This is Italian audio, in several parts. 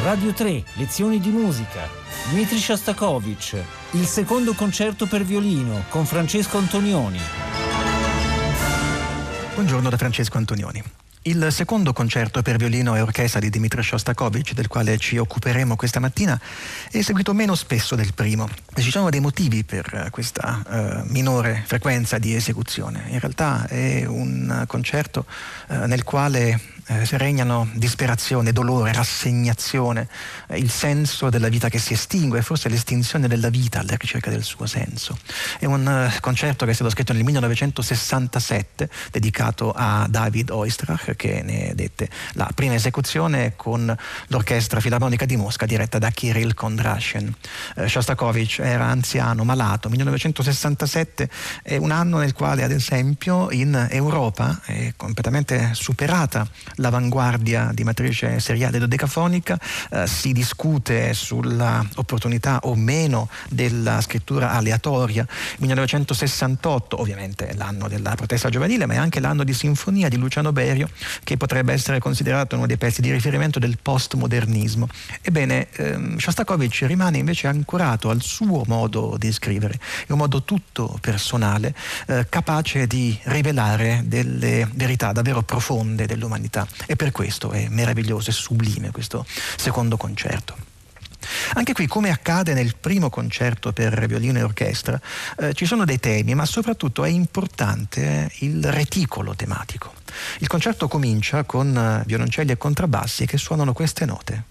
Radio 3, lezioni di musica. Dmitri Shostakovich, il secondo concerto per violino con Francesco Antonioni. Buongiorno da Francesco Antonioni. Il secondo concerto per violino e orchestra di Dmitri Shostakovich, del quale ci occuperemo questa mattina, è eseguito meno spesso del primo. E ci sono dei motivi per questa minore frequenza di esecuzione. In realtà è un concerto nel quale regnano disperazione, dolore, rassegnazione, il senso della vita che si estingue, forse l'estinzione della vita alla ricerca del suo senso. È un concerto che è stato scritto nel 1967, dedicato a David Oistrakh, che ne dette la prima esecuzione con l'Orchestra Filarmonica di Mosca diretta da Kirill Kondrashin. Shostakovich era anziano, malato. 1967 è un anno nel quale, ad esempio, in Europa è completamente superata l'avanguardia di matrice seriale dodecafonica, si discute sulla opportunità o meno della scrittura aleatoria. 1968 ovviamente è l'anno della protesta giovanile, ma è anche l'anno di Sinfonia di Luciano Berio, che potrebbe essere considerato uno dei pezzi di riferimento del postmodernismo. Ebbene, Shostakovich rimane invece ancorato al suo modo di scrivere, è un modo tutto personale, capace di rivelare delle verità davvero profonde dell'umanità. E per questo è meraviglioso e sublime questo secondo concerto. Anche qui, come accade nel primo concerto per violino e orchestra, ci sono dei temi, ma soprattutto è importante il reticolo tematico. Il concerto comincia con violoncelli e contrabbassi che suonano queste note.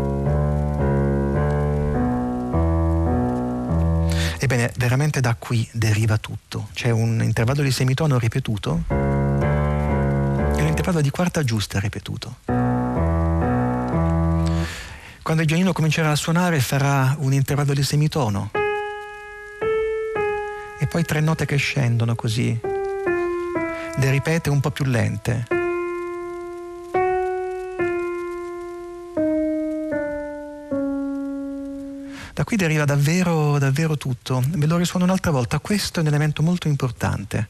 Ebbene, veramente da qui deriva tutto. C'è un intervallo di semitono ripetuto e un intervallo di quarta giusta ripetuto. Quando il violino comincerà a suonare farà un intervallo di semitono e poi 3 note che scendono così, le ripete un po' più lente. Da qui deriva davvero, davvero tutto. Ve lo risuono un'altra volta. Questo è un elemento molto importante.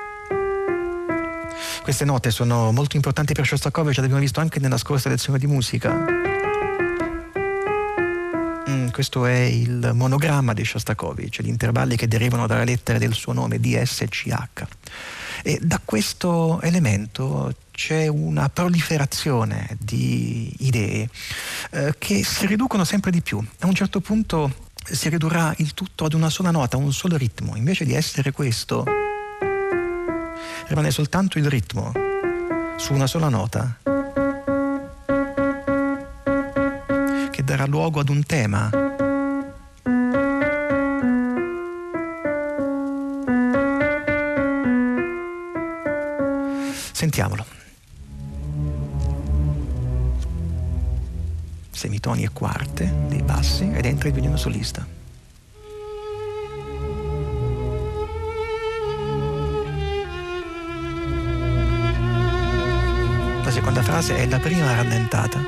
Queste note sono molto importanti per Shostakovich, l'abbiamo visto anche nella scorsa lezione di musica. Questo è il monogramma di Shostakovich, gli intervalli che derivano dalle lettere del suo nome, DSCH. E da questo elemento c'è una proliferazione di idee che si riducono sempre di più. A un certo punto si ridurrà il tutto ad una sola nota, un solo ritmo. Invece di essere questo, rimane soltanto il ritmo su una sola nota che darà luogo ad un tema. Sentiamolo. Semitoni e quarte dei bassi ed entra il violino solista. La seconda frase è la prima rallentata.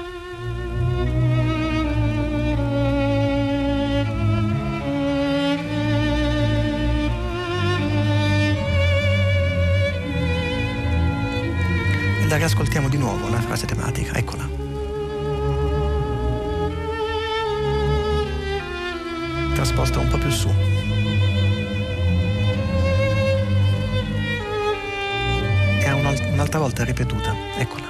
E la riascoltiamo di nuovo, la frase tematica, eccola. Trasposta un po' più su. E un'altra volta ripetuta, eccola.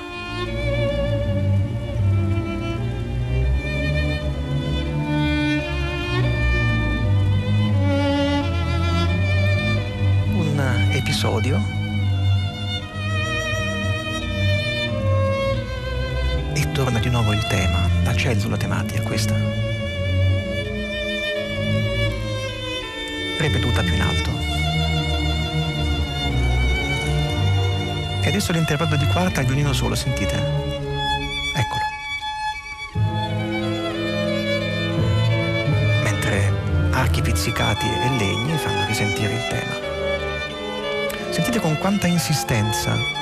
Un episodio e torna di nuovo il tema, la cellula tematica questa. Ripetuta più in alto. E adesso l'intervallo di quarta al violino solo, sentite? Eccolo. Mentre archi pizzicati e legni fanno risentire il tema. Sentite con quanta insistenza.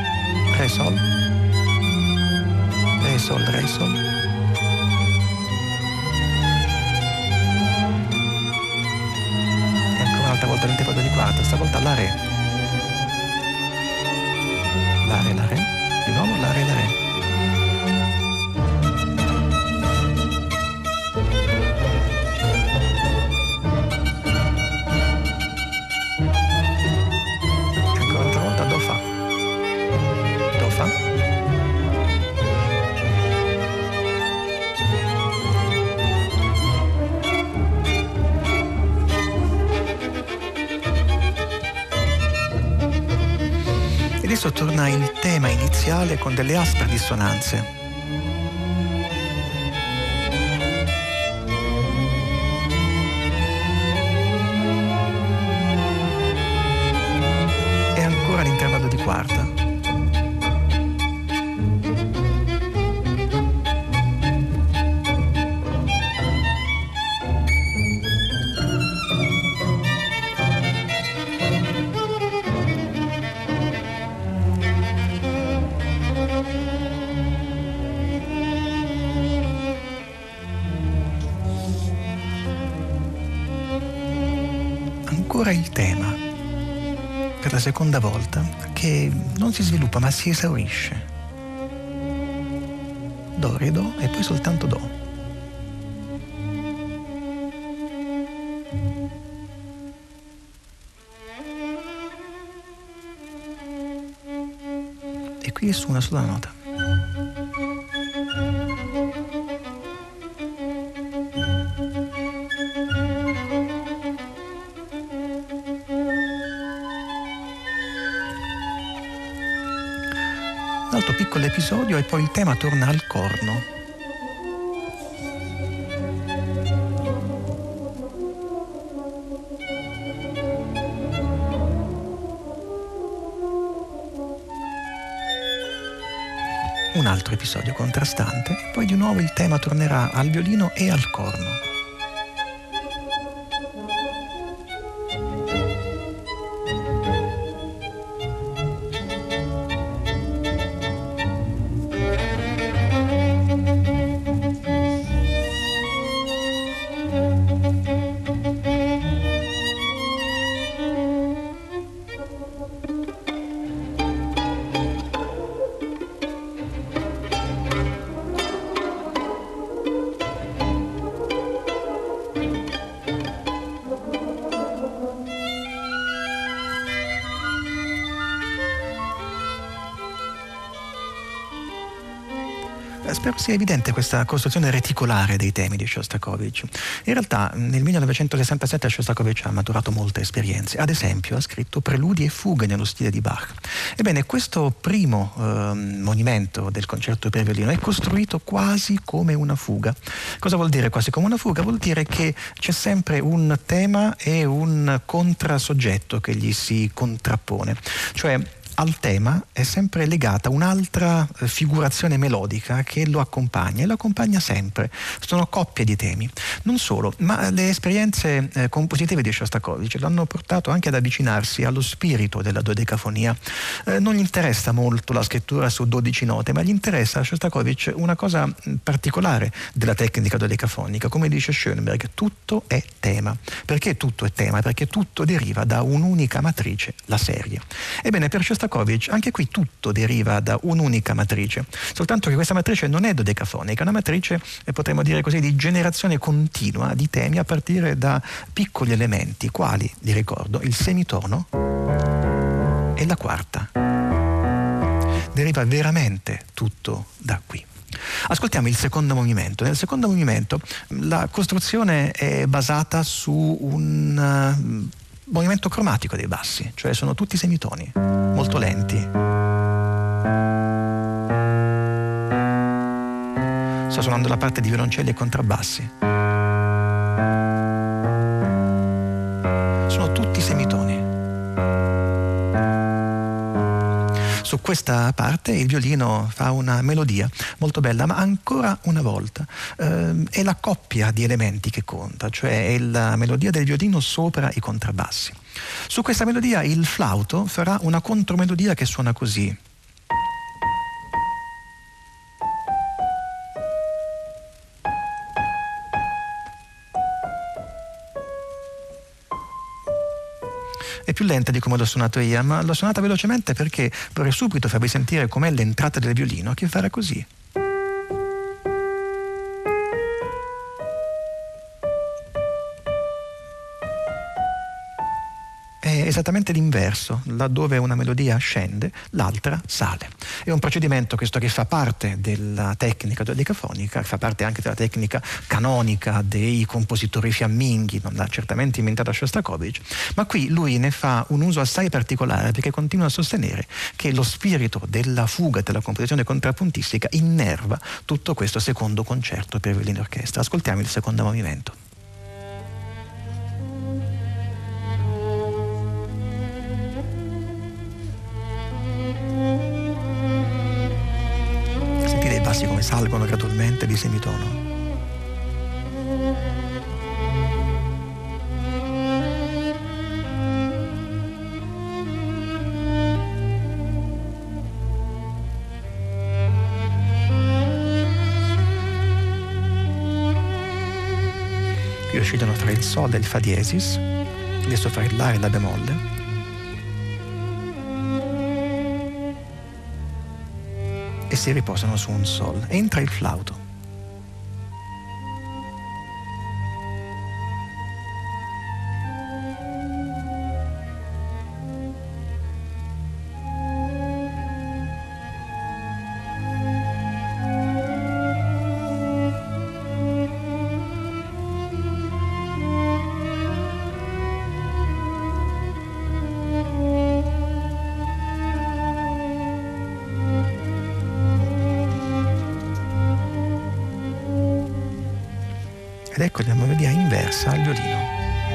Re sol, re sol, volta l'intervallo di quarta, stavolta la Re. La Re, la Re, di nuovo la Re, la Re. E ancora un'altra volta Do Fa. Do Fa. Adesso torna il tema iniziale con delle aspre dissonanze. E ancora l'intervallo di quarta. Ancora il tema, per la seconda volta, che non si sviluppa ma si esaurisce. Do, Re, Do e poi soltanto Do. E qui è su una sola nota. Un altro piccolo episodio e poi il tema torna al corno. Un altro episodio contrastante e poi di nuovo il tema tornerà al violino e al corno. Spero sia evidente questa costruzione reticolare dei temi di Shostakovich. In realtà nel 1967 Shostakovich ha maturato molte esperienze. Ad esempio ha scritto preludi e fughe nello stile di Bach. Ebbene, questo primo movimento del concerto per violino è costruito quasi come una fuga. Cosa vuol dire quasi come una fuga? Vuol dire che c'è sempre un tema e un contrasoggetto che gli si contrappone. Cioè al tema è sempre legata un'altra figurazione melodica che lo accompagna e lo accompagna sempre. Sono coppie di temi. Non solo, ma le esperienze compositive di Shostakovich lo hanno portato anche ad avvicinarsi allo spirito della dodecafonia. Non gli interessa molto la scrittura su 12 note, ma gli interessa a Shostakovich una cosa particolare della tecnica dodecafonica. Come dice Schoenberg, tutto è tema. Perché tutto è tema? Perché tutto deriva da un'unica matrice, la serie. Ebbene, per Shostakovich anche qui tutto deriva da un'unica matrice, soltanto che questa matrice non è dodecafonica, è una matrice, potremmo dire così, di generazione continua di temi a partire da piccoli elementi, quali, vi ricordo, il semitono e la quarta. Deriva veramente tutto da qui. Ascoltiamo il secondo movimento. Nel secondo movimento la costruzione è basata su un movimento cromatico dei bassi, cioè sono tutti semitoni, molto lenti. Sto suonando la parte di violoncelli e contrabbassi. Sono tutti semitoni. Su questa parte il violino fa una melodia molto bella, ma ancora una volta è la coppia di elementi che conta, cioè è la melodia del violino sopra i contrabbassi. Su questa melodia il flauto farà una contromelodia che suona così. È più lenta di come l'ho suonato io, ma l'ho suonata velocemente perché vorrei subito farvi sentire com'è l'entrata del violino, che farà così. È esattamente l'inverso, laddove una melodia scende, l'altra sale. È un procedimento questo che fa parte della tecnica dodicafonica, fa parte anche della tecnica canonica dei compositori fiamminghi, non l'ha certamente inventata Shostakovich, ma qui lui ne fa un uso assai particolare perché continua a sostenere che lo spirito della fuga, della composizione contrappuntistica innerva tutto questo secondo concerto per violino e orchestra. Ascoltiamo il secondo movimento. Come salgono gradualmente di semitono. Qui oscillano fra il Sol e il Fa diesis, adesso fra il La e la bemolle. E si riposano su un Sol. Entra il flauto. Ed ecco la melodia inversa al violino.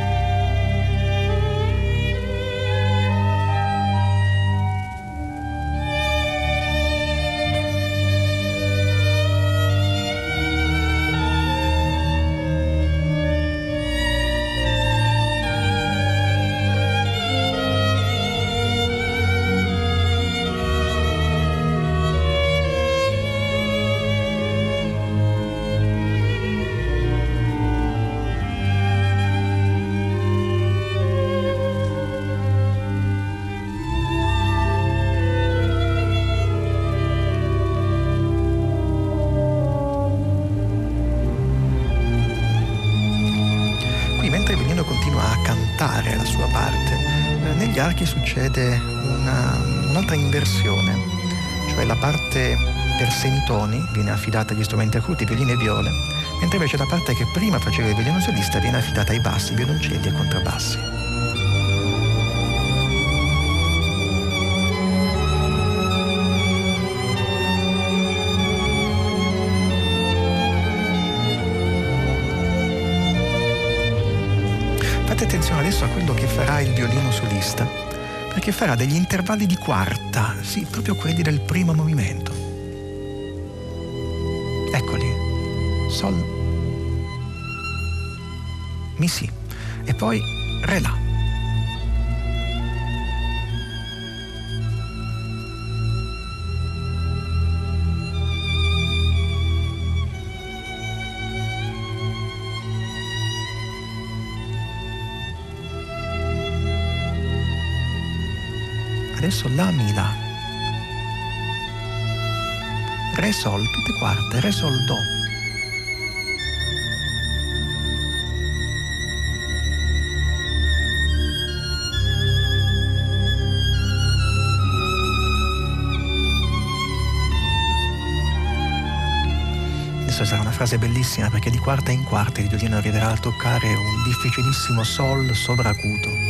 La sua parte. Negli archi succede un'altra inversione, cioè la parte per semitoni viene affidata agli strumenti acuti, violini e viole, mentre invece la parte che prima faceva il violino solista viene affidata ai bassi, violoncelli e contrabbassi. Fate attenzione adesso a quello che farà il violino solista, perché farà degli intervalli di quarta, sì, proprio quelli del primo movimento. Eccoli. Sol, Mi, Si, e poi Re, La. Adesso La, Mi, La. Re, Sol, tutte quarte, Re, Sol, Do. Adesso sarà una frase bellissima perché di quarta in quarta il violino arriverà a toccare un difficilissimo Sol sovracuto.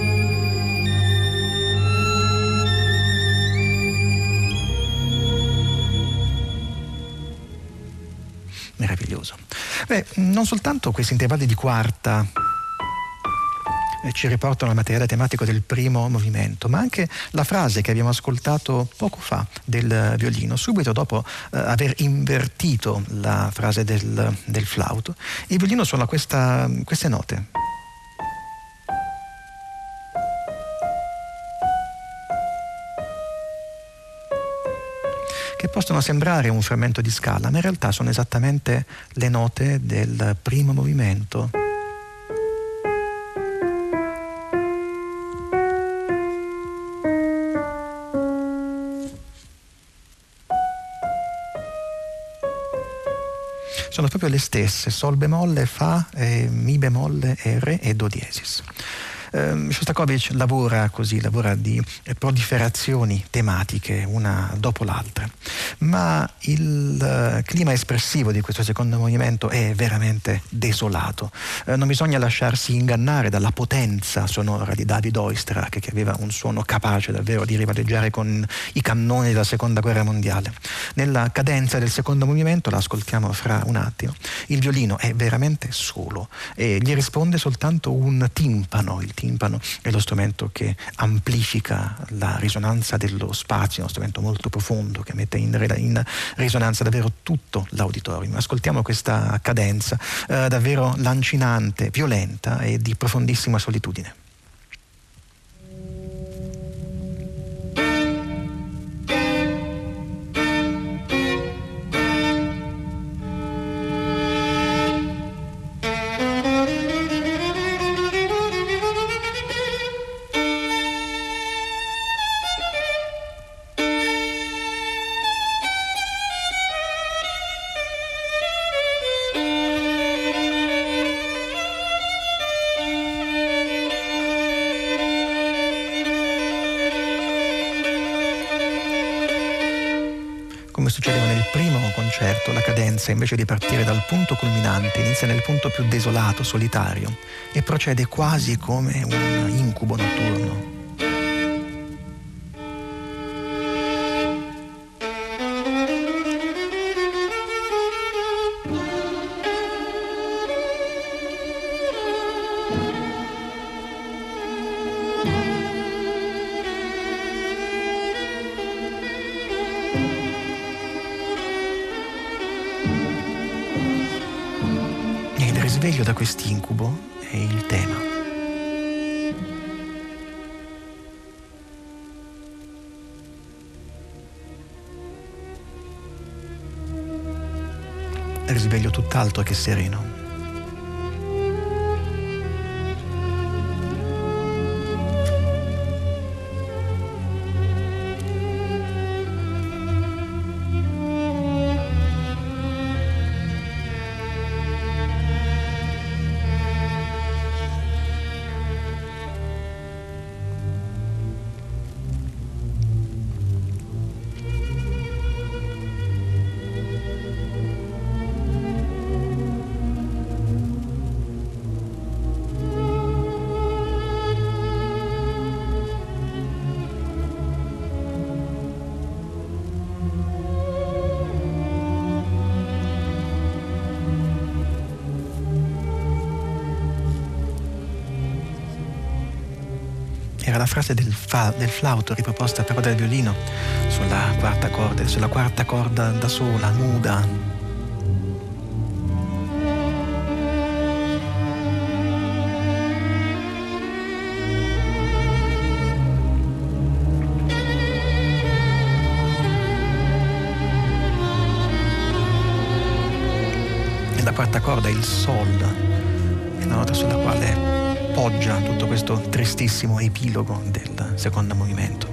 Meraviglioso. Beh, non soltanto questi intervalli di quarta ci riportano al materiale tematico del primo movimento, ma anche la frase che abbiamo ascoltato poco fa del violino, subito dopo aver invertito la frase del flauto. Il violino suona queste note. Che possono sembrare un frammento di scala, ma in realtà sono esattamente le note del primo movimento. sono proprio le stesse: Sol bemolle, Fa, Mi bemolle, Re e Do diesis. Shostakovich lavora di proliferazioni tematiche una dopo l'altra, ma il clima espressivo di questo secondo movimento è veramente desolato. Non bisogna lasciarsi ingannare dalla potenza sonora di David Oistrakh, che aveva un suono capace davvero di rivaleggiare con i cannoni della seconda guerra mondiale. Nella cadenza del secondo movimento, la ascoltiamo fra un attimo, il violino è veramente solo e gli risponde soltanto un timpano. Il timpano è lo strumento che amplifica la risonanza dello spazio, uno strumento molto profondo che mette in risonanza davvero tutto l'auditorium. Ascoltiamo questa cadenza davvero lancinante, violenta e di profondissima solitudine. Come succedeva nel primo concerto, la cadenza, invece di partire dal punto culminante, inizia nel punto più desolato, solitario, e procede quasi come un incubo notturno. Risveglio da quest'incubo è il tema. Risveglio tutt'altro che sereno. Era la frase del flauto riproposta però dal violino sulla quarta corda da sola, nuda. E la quarta corda è il Sol, è la nota sulla quale poggia tutto questo tristissimo epilogo del secondo movimento.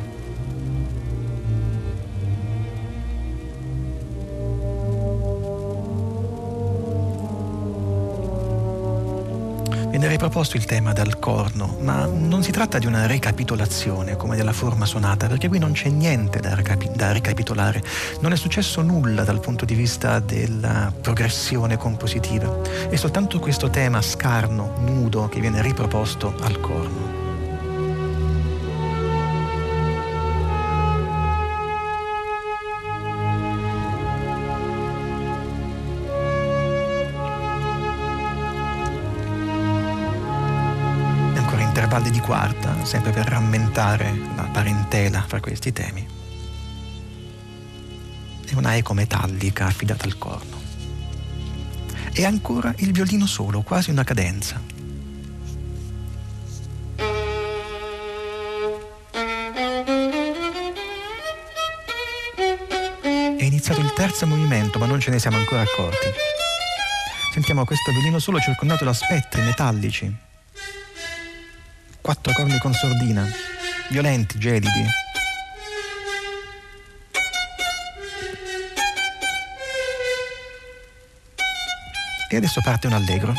Viene riproposto il tema dal corno, ma non si tratta di una ricapitolazione come della forma sonata, perché qui non c'è niente da ricapitolare, non è successo nulla dal punto di vista della progressione compositiva, è soltanto questo tema scarno, nudo, che viene riproposto al corno. Intervalli di quarta, sempre per rammentare la parentela fra questi temi. È una eco metallica affidata al corno. E ancora il violino solo, quasi una cadenza. È iniziato il terzo movimento, ma non ce ne siamo ancora accorti. Sentiamo questo violino solo circondato da spettri metallici. 4 corni con sordina, violenti, gelidi. E adesso parte un allegro.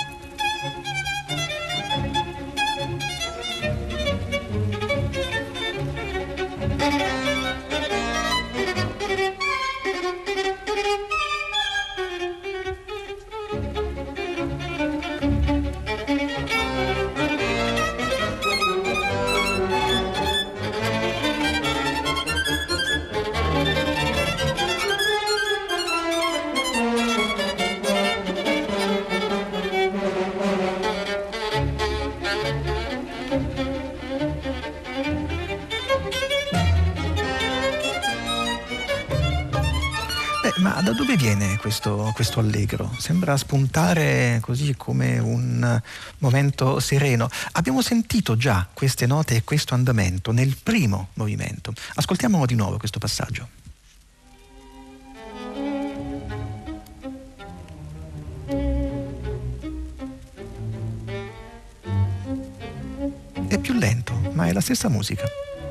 Ma da dove viene questo allegro? Sembra spuntare così come un momento sereno. Abbiamo sentito già queste note e questo andamento nel primo movimento. Ascoltiamo di nuovo questo passaggio. È più lento, ma è la stessa musica.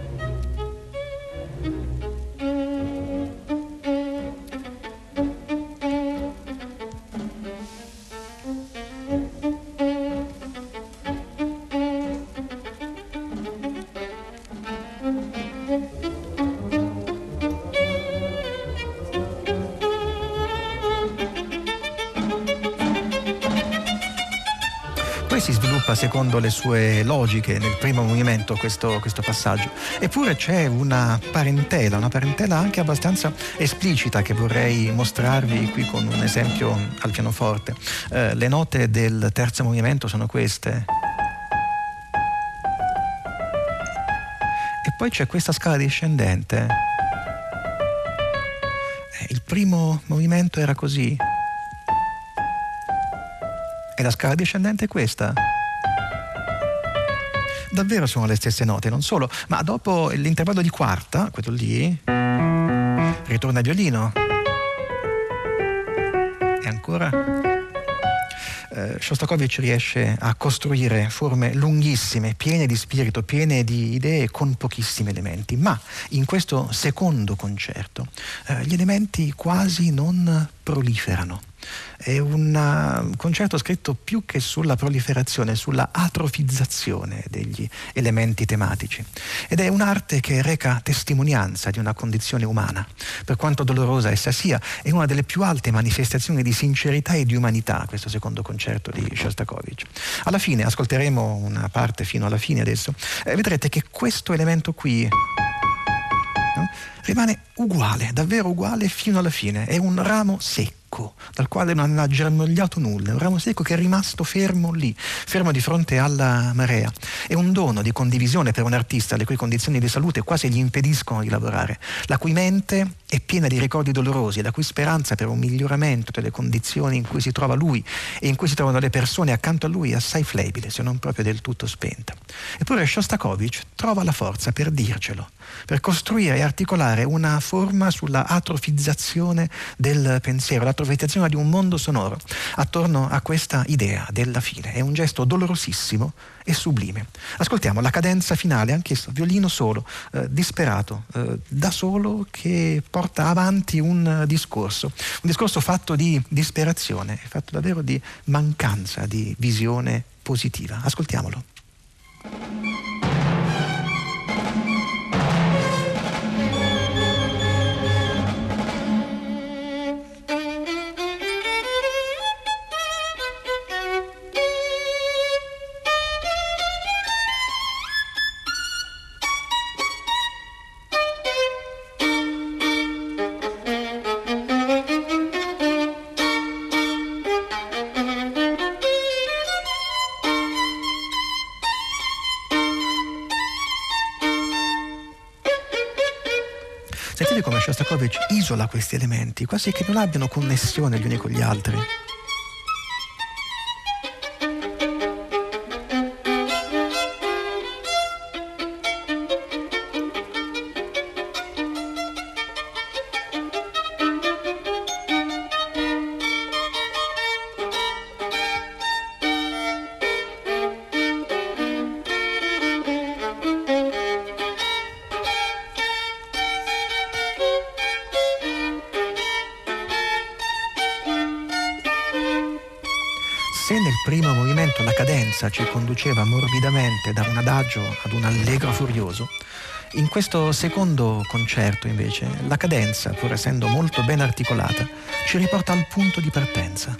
Si sviluppa secondo le sue logiche nel primo movimento questo passaggio, eppure c'è una parentela anche abbastanza esplicita che vorrei mostrarvi qui con un esempio al pianoforte. Le note del terzo movimento sono queste, e poi c'è questa scala discendente. Il primo movimento era così. E la scala discendente è questa. Davvero sono le stesse note, non solo, ma dopo l'intervallo di quarta, quello lì, ritorna il violino. E ancora Shostakovich riesce a costruire forme lunghissime, piene di spirito, piene di idee, con pochissimi elementi. Ma in questo secondo concerto gli elementi quasi non proliferano. È un concerto scritto più che sulla proliferazione, sulla atrofizzazione degli elementi tematici. Ed è un'arte che reca testimonianza di una condizione umana. Per quanto dolorosa essa sia, è una delle più alte manifestazioni di sincerità e di umanità, questo secondo concerto di Shostakovich. Alla fine, ascolteremo una parte fino alla fine adesso, vedrete che questo elemento qui, no, rimane uguale, davvero uguale fino alla fine. È un ramo secco, dal quale non ha germogliato nulla, è un ramo secco che è rimasto fermo lì, fermo di fronte alla marea. È un dono di condivisione per un artista le cui condizioni di salute quasi gli impediscono di lavorare, la cui mente è piena di ricordi dolorosi e la cui speranza per un miglioramento delle condizioni in cui si trova lui e in cui si trovano le persone accanto a lui è assai flebile, se non proprio del tutto spenta. Eppure Shostakovich trova la forza per dircelo, per costruire e articolare una forma sulla atrofizzazione del pensiero, l'atrofizzazione di un mondo sonoro attorno a questa idea della fine. È un gesto dolorosissimo e sublime. Ascoltiamo la cadenza finale, anch'esso violino solo, disperato, da solo, che porta avanti un discorso fatto di disperazione, fatto davvero di mancanza di visione positiva. Ascoltiamolo. Sentite come Shostakovich isola questi elementi, quasi che non abbiano connessione gli uni con gli altri. Se nel primo movimento la cadenza ci conduceva morbidamente da un adagio ad un allegro furioso, in questo secondo concerto invece la cadenza, pur essendo molto ben articolata, ci riporta al punto di partenza.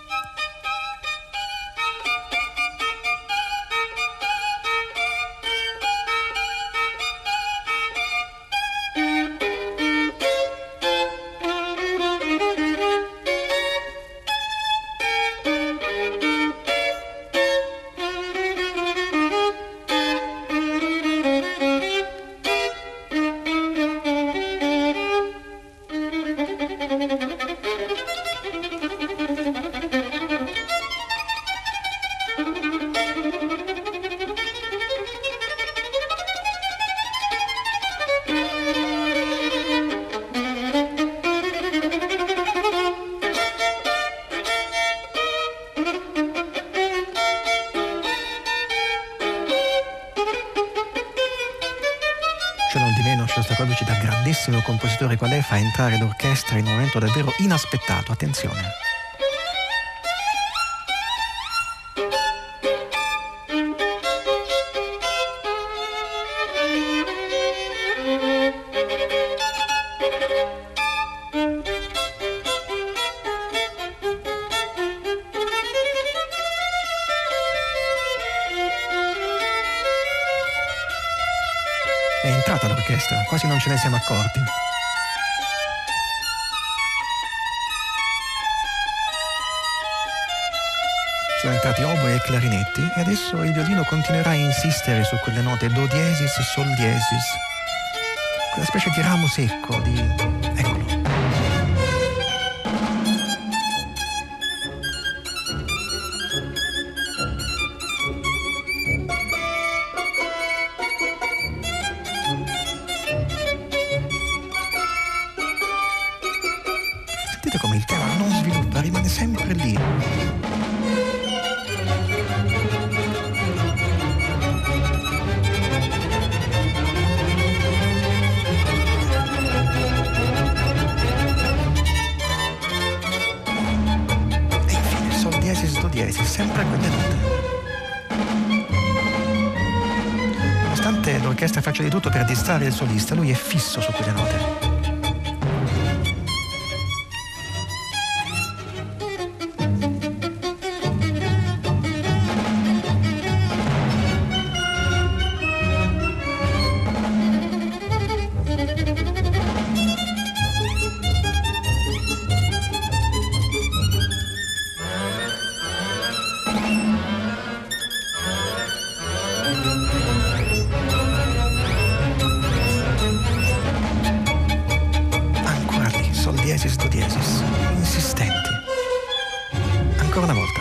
Shostakovich, da grandissimo compositore qual è, fa entrare l'orchestra in un momento davvero inaspettato. Attenzione. È entrata l'orchestra, quasi non ce ne siamo accorti. Sono entrati oboe e clarinetti e adesso il violino continuerà a insistere su quelle note do diesis, sol diesis, quella specie di ramo secco, eccolo. Sentite come il tema non sviluppa, rimane sempre lì. E infine sol diesis, do diesis, sempre quelle note. Nonostante l'orchestra faccia di tutto per distrarre il solista, lui è fisso su quelle note. Diesis, do diesis, insistenti. Ancora una volta.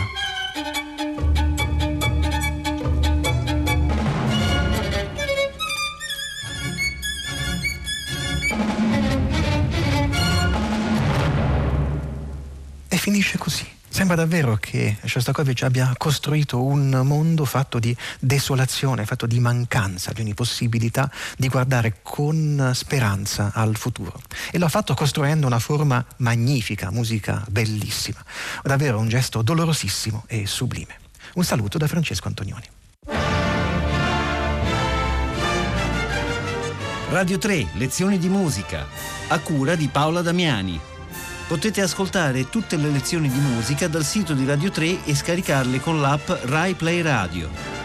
E finisce così. Sembra davvero che Shostakovich abbia costruito un mondo fatto di desolazione, fatto di mancanza, di un'impossibilità di guardare con speranza al futuro. E lo ha fatto costruendo una forma magnifica, musica bellissima. Davvero un gesto dolorosissimo e sublime. Un saluto da Francesco Antonioni. Radio 3, lezioni di musica, a cura di Paola Damiani. Potete ascoltare tutte le lezioni di musica dal sito di Radio 3 e scaricarle con l'app Rai Play Radio.